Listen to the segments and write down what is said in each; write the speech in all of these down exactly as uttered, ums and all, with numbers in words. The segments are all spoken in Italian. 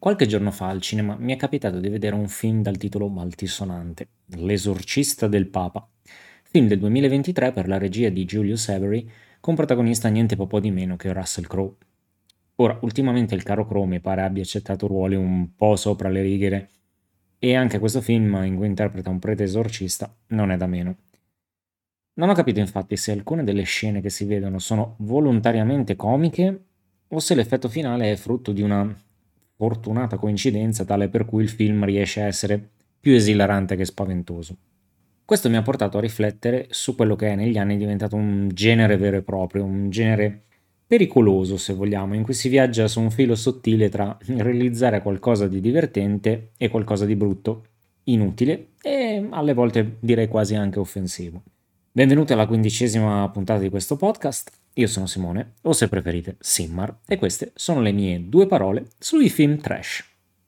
Qualche giorno fa al cinema mi è capitato di vedere un film dal titolo maltisonante, L'esorcista del Papa, film del duemilaventitré per la regia di Julius Avery, con protagonista niente po' di meno che Russell Crowe. Ora, ultimamente il caro Crowe mi pare abbia accettato ruoli un po' sopra le righe e anche questo film, in cui interpreta un prete esorcista, non è da meno. Non ho capito infatti se alcune delle scene che si vedono sono volontariamente comiche o se l'effetto finale è frutto di una fortunata coincidenza tale per cui il film riesce a essere più esilarante che spaventoso. Questo mi ha portato a riflettere su quello che è negli anni diventato un genere vero e proprio, un genere pericoloso se vogliamo, in cui si viaggia su un filo sottile tra realizzare qualcosa di divertente e qualcosa di brutto, inutile e alle volte direi quasi anche offensivo. Benvenuti alla quindicesima puntata di questo podcast, io sono Simone, o se preferite Simmar, e queste sono le mie due parole sui film trash.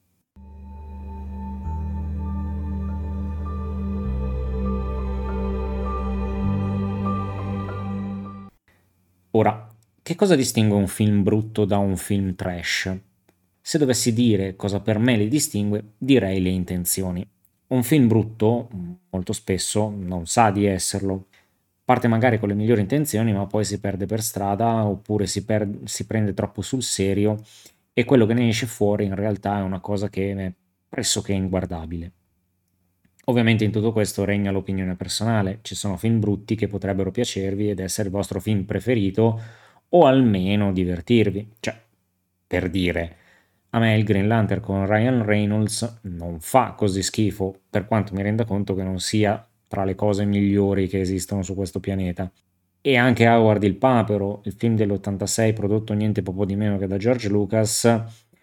Ora, che cosa distingue un film brutto da un film trash? Se dovessi dire cosa per me li distingue, direi le intenzioni. Un film brutto, molto spesso, non sa di esserlo. Parte magari con le migliori intenzioni, ma poi si perde per strada oppure si, per- si prende troppo sul serio e quello che ne esce fuori in realtà è una cosa che è pressoché inguardabile. Ovviamente in tutto questo regna l'opinione personale, ci sono film brutti che potrebbero piacervi ed essere il vostro film preferito o almeno divertirvi. Cioè, per dire, a me il Green Lantern con Ryan Reynolds non fa così schifo, per quanto mi renda conto che non sia tra le cose migliori che esistono su questo pianeta. E anche Howard il Papero, il film dell'ottantasei prodotto niente poco di meno che da George Lucas,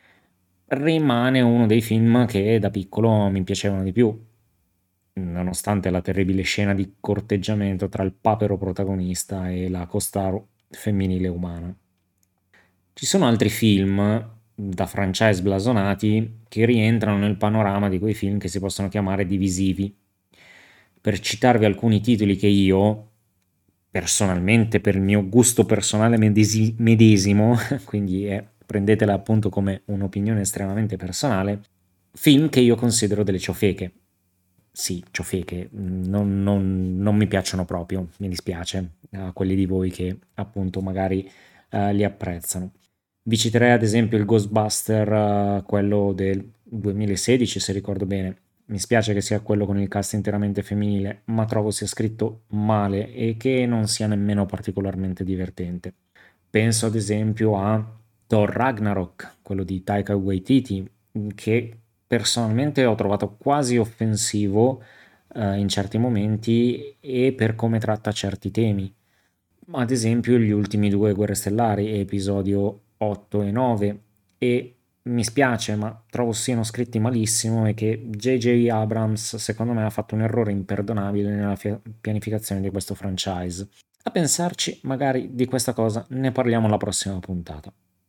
rimane uno dei film che da piccolo mi piacevano di più, nonostante la terribile scena di corteggiamento tra il papero protagonista e la costaro femminile umana. Ci sono altri film da franchise blasonati che rientrano nel panorama di quei film che si possono chiamare divisivi. Per citarvi alcuni titoli che io, personalmente, per il mio gusto personale medesi- medesimo, quindi è, prendetela appunto come un'opinione estremamente personale, film che io considero delle ciofeche. Sì, ciofeche, non, non- non mi piacciono proprio, mi dispiace a quelli di voi che appunto magari eh, li apprezzano. Vi citerei ad esempio il Ghostbuster, eh, quello del duemilasedici se ricordo bene. Mi spiace che sia quello con il cast interamente femminile, ma trovo sia scritto male e che non sia nemmeno particolarmente divertente. Penso ad esempio a Thor Ragnarok, quello di Taika Waititi, che personalmente ho trovato quasi offensivo eh, in certi momenti e per come tratta certi temi. Ad esempio gli ultimi due Guerre Stellari, episodio otto e nove, e mi spiace, ma trovo siano scritti malissimo e che J J. Abrams secondo me ha fatto un errore imperdonabile nella fia- pianificazione di questo franchise. A pensarci, magari di questa cosa ne parliamo alla prossima puntata.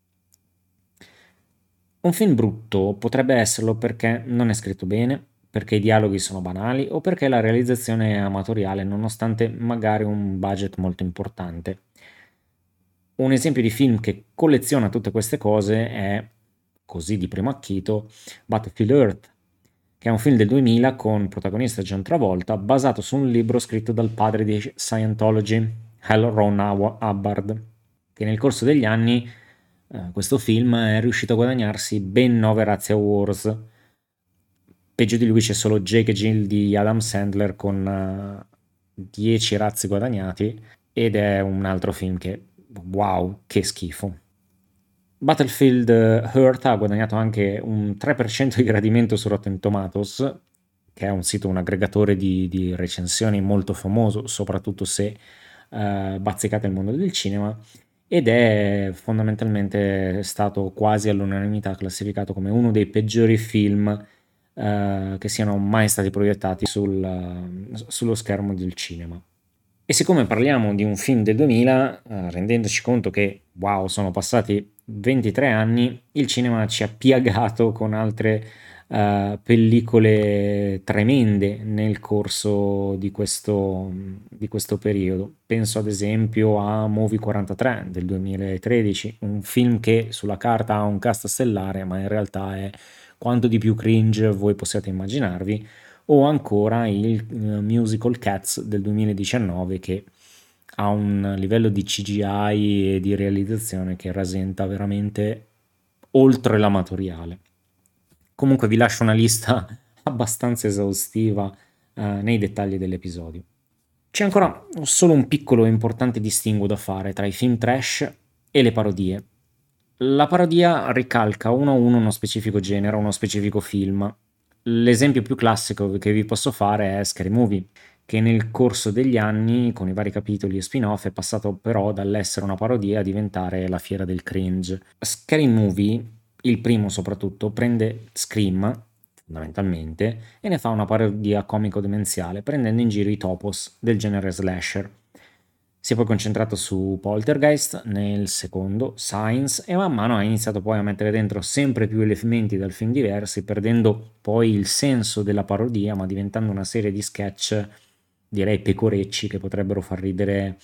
Un film brutto potrebbe esserlo perché non è scritto bene, perché i dialoghi sono banali o perché la realizzazione è amatoriale nonostante magari un budget molto importante. Un esempio di film che colleziona tutte queste cose è, così di primo acchito, Battlefield Earth, che è un film del duemila con protagonista John Travolta, basato su un libro scritto dal padre di Scientology, L. Ron Hubbard, che nel corso degli anni eh, questo film è riuscito a guadagnarsi ben nove Razzie Awards. Peggio di lui c'è solo Jake e Jill di Adam Sandler con eh, dieci razzi guadagnati ed è un altro film che, wow, che schifo. Battlefield Earth ha guadagnato anche un tre per cento di gradimento su Rotten Tomatoes, che è un sito, un aggregatore di, di recensioni molto famoso, soprattutto se eh, bazzicate il mondo del cinema, ed è fondamentalmente stato quasi all'unanimità classificato come uno dei peggiori film eh, che siano mai stati proiettati sul, sullo schermo del cinema. E siccome parliamo di un film del duemila, eh, rendendoci conto che, wow, sono passati ventitré anni, il cinema ci ha piagato con altre eh, pellicole tremende nel corso di questo, di questo periodo. Penso ad esempio a Movie quarantatré del duemilatredici, un film che sulla carta ha un cast stellare, ma in realtà è quanto di più cringe voi possiate immaginarvi, o ancora il eh, musical Cats del duemiladiciannove che ha un livello di C G I e di realizzazione che rasenta veramente oltre l'amatoriale. Comunque vi lascio una lista abbastanza esaustiva eh, nei dettagli dell'episodio. C'è ancora solo un piccolo e importante distinguo da fare tra i film trash e le parodie. La parodia ricalca uno a uno uno specifico genere, uno specifico film. L'esempio più classico che vi posso fare è Scary Movie, che nel corso degli anni, con i vari capitoli e spin-off, è passato però dall'essere una parodia a diventare la fiera del cringe. Scary Movie, il primo soprattutto, prende Scream, fondamentalmente, e ne fa una parodia comico-demenziale, prendendo in giro i topos del genere slasher. Si è poi concentrato su Poltergeist nel secondo, Signs, e man mano ha iniziato poi a mettere dentro sempre più elementi dal film diversi, perdendo poi il senso della parodia, ma diventando una serie di sketch, direi pecorecci, che potrebbero far ridere.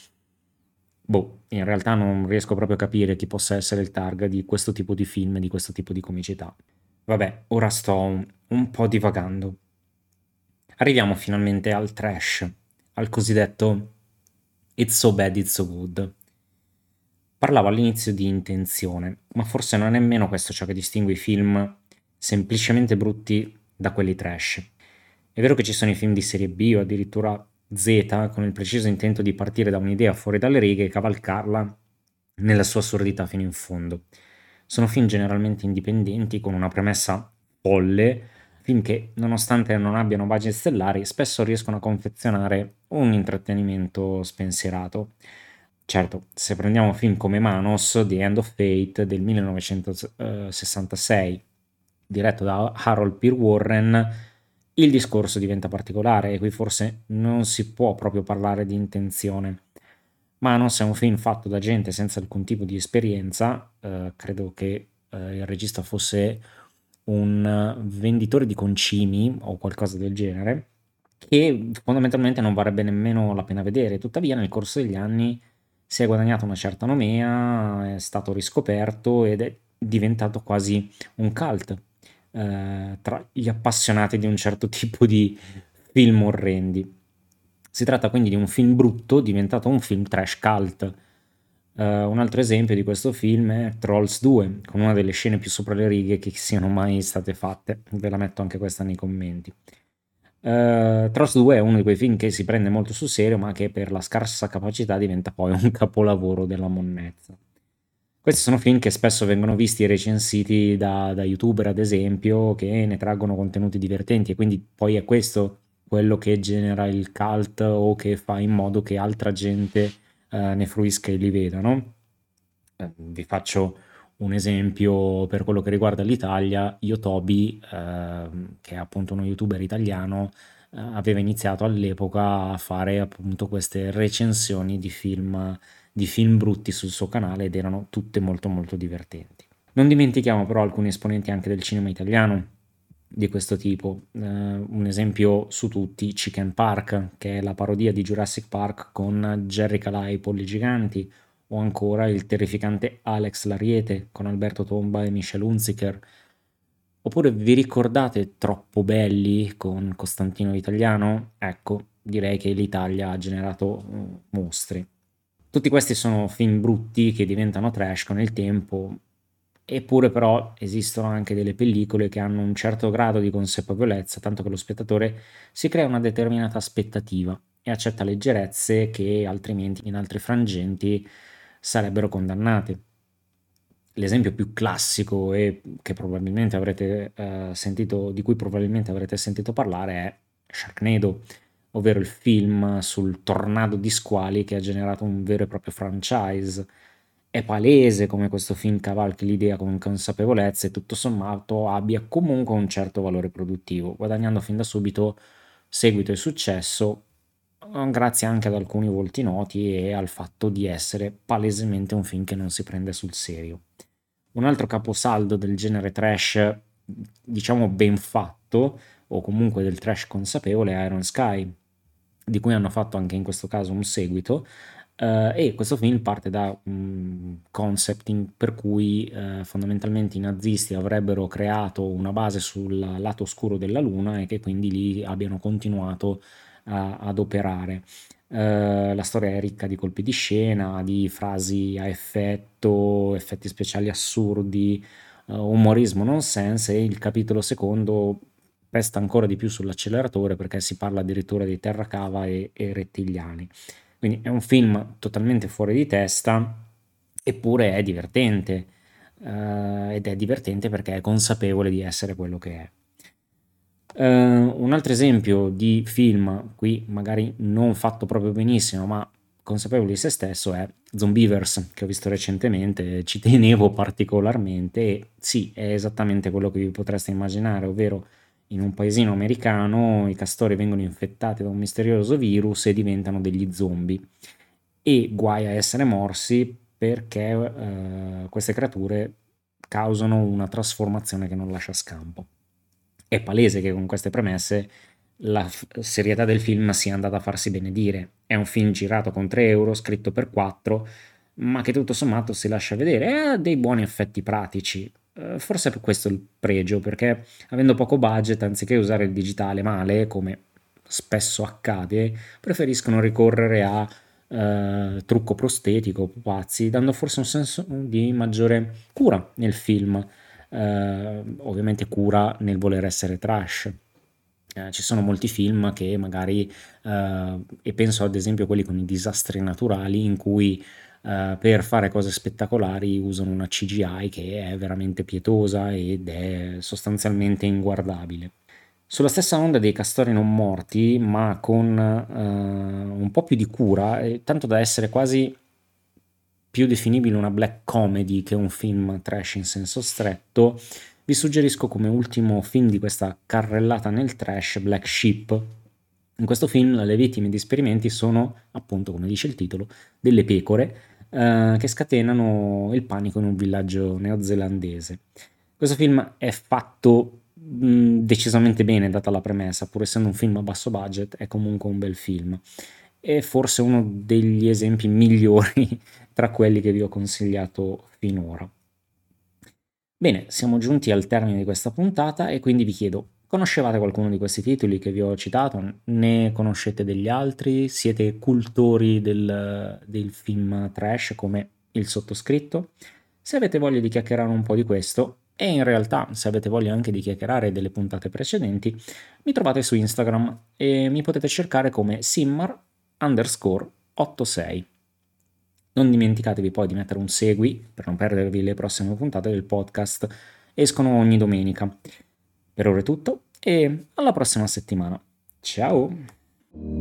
Boh, in realtà non riesco proprio a capire chi possa essere il target di questo tipo di film e di questo tipo di comicità. Vabbè, ora sto un, un po' divagando. Arriviamo finalmente al trash, al cosiddetto It's so bad, it's so good. Parlavo all'inizio di intenzione, ma forse non è nemmeno questo ciò che distingue i film semplicemente brutti da quelli trash. È vero che ci sono i film di serie B o addirittura Z con il preciso intento di partire da un'idea fuori dalle righe e cavalcarla nella sua assurdità fino in fondo. Sono film generalmente indipendenti con una premessa folle, film che, nonostante non abbiano budget stellari, spesso riescono a confezionare un intrattenimento spensierato. Certo, se prendiamo film come Manos, The End of Fate del millenovecentosessantasei, diretto da Harold P. Warren, il discorso diventa particolare e qui forse non si può proprio parlare di intenzione. Manos è un film fatto da gente senza alcun tipo di esperienza, eh, credo che eh, il regista fosse un venditore di concimi o qualcosa del genere, che fondamentalmente non varrebbe nemmeno la pena vedere. Tuttavia, nel corso degli anni si è guadagnato una certa nomea, è stato riscoperto ed è diventato quasi un cult eh, tra gli appassionati di un certo tipo di film orrendi. Si tratta quindi di un film brutto diventato un film trash cult. Eh, un altro esempio di questo film è Trolls due, con una delle scene più sopra le righe che siano mai state fatte. Ve la metto anche questa nei commenti. Uh, Trolls due è uno di quei film che si prende molto sul serio, ma che per la scarsa capacità diventa poi un capolavoro della monnezza. Questi sono film che spesso vengono visti e recensiti da, da youtuber, ad esempio, che ne traggono contenuti divertenti e quindi poi è questo quello che genera il cult o che fa in modo che altra gente eh, ne fruisca e li veda, no? Eh, vi faccio un esempio per quello che riguarda l'Italia. Yotobi, ehm, che è appunto uno youtuber italiano, eh, aveva iniziato all'epoca a fare appunto queste recensioni di film, di film brutti sul suo canale ed erano tutte molto molto divertenti. Non dimentichiamo però alcuni esponenti anche del cinema italiano di questo tipo. Eh, un esempio su tutti, Chicken Park, che è la parodia di Jurassic Park con Jerry Calà e i polli giganti, o ancora il terrificante Alex l'Ariete con Alberto Tomba e Michel Hunziker. Oppure vi ricordate Troppo Belli con Costantino Italiano? Ecco, direi che l'Italia ha generato uh, mostri. Tutti questi sono film brutti che diventano trash con il tempo, eppure però esistono anche delle pellicole che hanno un certo grado di consapevolezza, tanto che lo spettatore si crea una determinata aspettativa e accetta leggerezze che altrimenti in altri frangenti sarebbero condannate. L'esempio più classico e che probabilmente avrete eh, sentito, di cui probabilmente avrete sentito parlare è Sharknado, ovvero il film sul tornado di squali che ha generato un vero e proprio franchise. È palese come questo film cavalchi l'idea con consapevolezza e tutto sommato abbia comunque un certo valore produttivo, guadagnando fin da subito seguito e successo, eh, grazie anche ad alcuni volti noti e al fatto di essere palesemente un film che non si prende sul serio. Un altro caposaldo del genere trash diciamo ben fatto, o comunque del trash consapevole, è Iron Sky, di cui hanno fatto anche in questo caso un seguito. Uh, e questo film parte da un concept in, per cui uh, fondamentalmente i nazisti avrebbero creato una base sul lato oscuro della Luna e che quindi lì abbiano continuato uh, ad operare. Uh, la storia è ricca di colpi di scena, di frasi a effetto, effetti speciali assurdi, uh, umorismo nonsense, e il capitolo secondo pesta ancora di più sull'acceleratore perché si parla addirittura di terracava e, e rettiliani. Quindi è un film totalmente fuori di testa, eppure è divertente, eh, ed è divertente perché è consapevole di essere quello che è. Eh, un altro esempio di film, qui magari non fatto proprio benissimo, ma consapevole di se stesso, è Zombievers, che ho visto recentemente, ci tenevo particolarmente, e sì, è esattamente quello che vi potreste immaginare, ovvero in un paesino americano i castori vengono infettati da un misterioso virus e diventano degli zombie. E guai a essere morsi perché eh, queste creature causano una trasformazione che non lascia scampo. È palese che con queste premesse la f- serietà del film sia andata a farsi benedire. È un film girato con tre euro, scritto per quattro, ma che tutto sommato si lascia vedere e ha dei buoni effetti pratici. Eh, forse è per questo il pregio, perché avendo poco budget, anziché usare il digitale male, come spesso accade, preferiscono ricorrere a eh, trucco prostetico, pupazzi, dando forse un senso di maggiore cura nel film, eh, ovviamente cura nel voler essere trash. Eh, ci sono molti film che magari, eh, e penso ad esempio a quelli con i disastri naturali, in cui eh, per fare cose spettacolari usano una C G I che è veramente pietosa ed è sostanzialmente inguardabile. Sulla stessa onda dei castori non morti, ma con eh, un po' più di cura, e tanto da essere quasi più definibile una black comedy che un film trash in senso stretto, vi suggerisco come ultimo film di questa carrellata nel trash Black Sheep. In questo film le vittime di esperimenti sono, appunto come dice il titolo, delle pecore eh, che scatenano il panico in un villaggio neozelandese. Questo film è fatto mh, decisamente bene, data la premessa, pur essendo un film a basso budget, è comunque un bel film. È forse uno degli esempi migliori tra quelli che vi ho consigliato finora. Bene, siamo giunti al termine di questa puntata e quindi vi chiedo, conoscevate qualcuno di questi titoli che vi ho citato? Ne conoscete degli altri? Siete cultori del, del film trash come il sottoscritto? Se avete voglia di chiacchierare un po' di questo, e in realtà se avete voglia anche di chiacchierare delle puntate precedenti, mi trovate su Instagram e mi potete cercare come simmar underscore ottantasei. Non dimenticatevi poi di mettere un segui per non perdervi le prossime puntate del podcast. Escono ogni domenica. Per ora è tutto e alla prossima settimana. Ciao!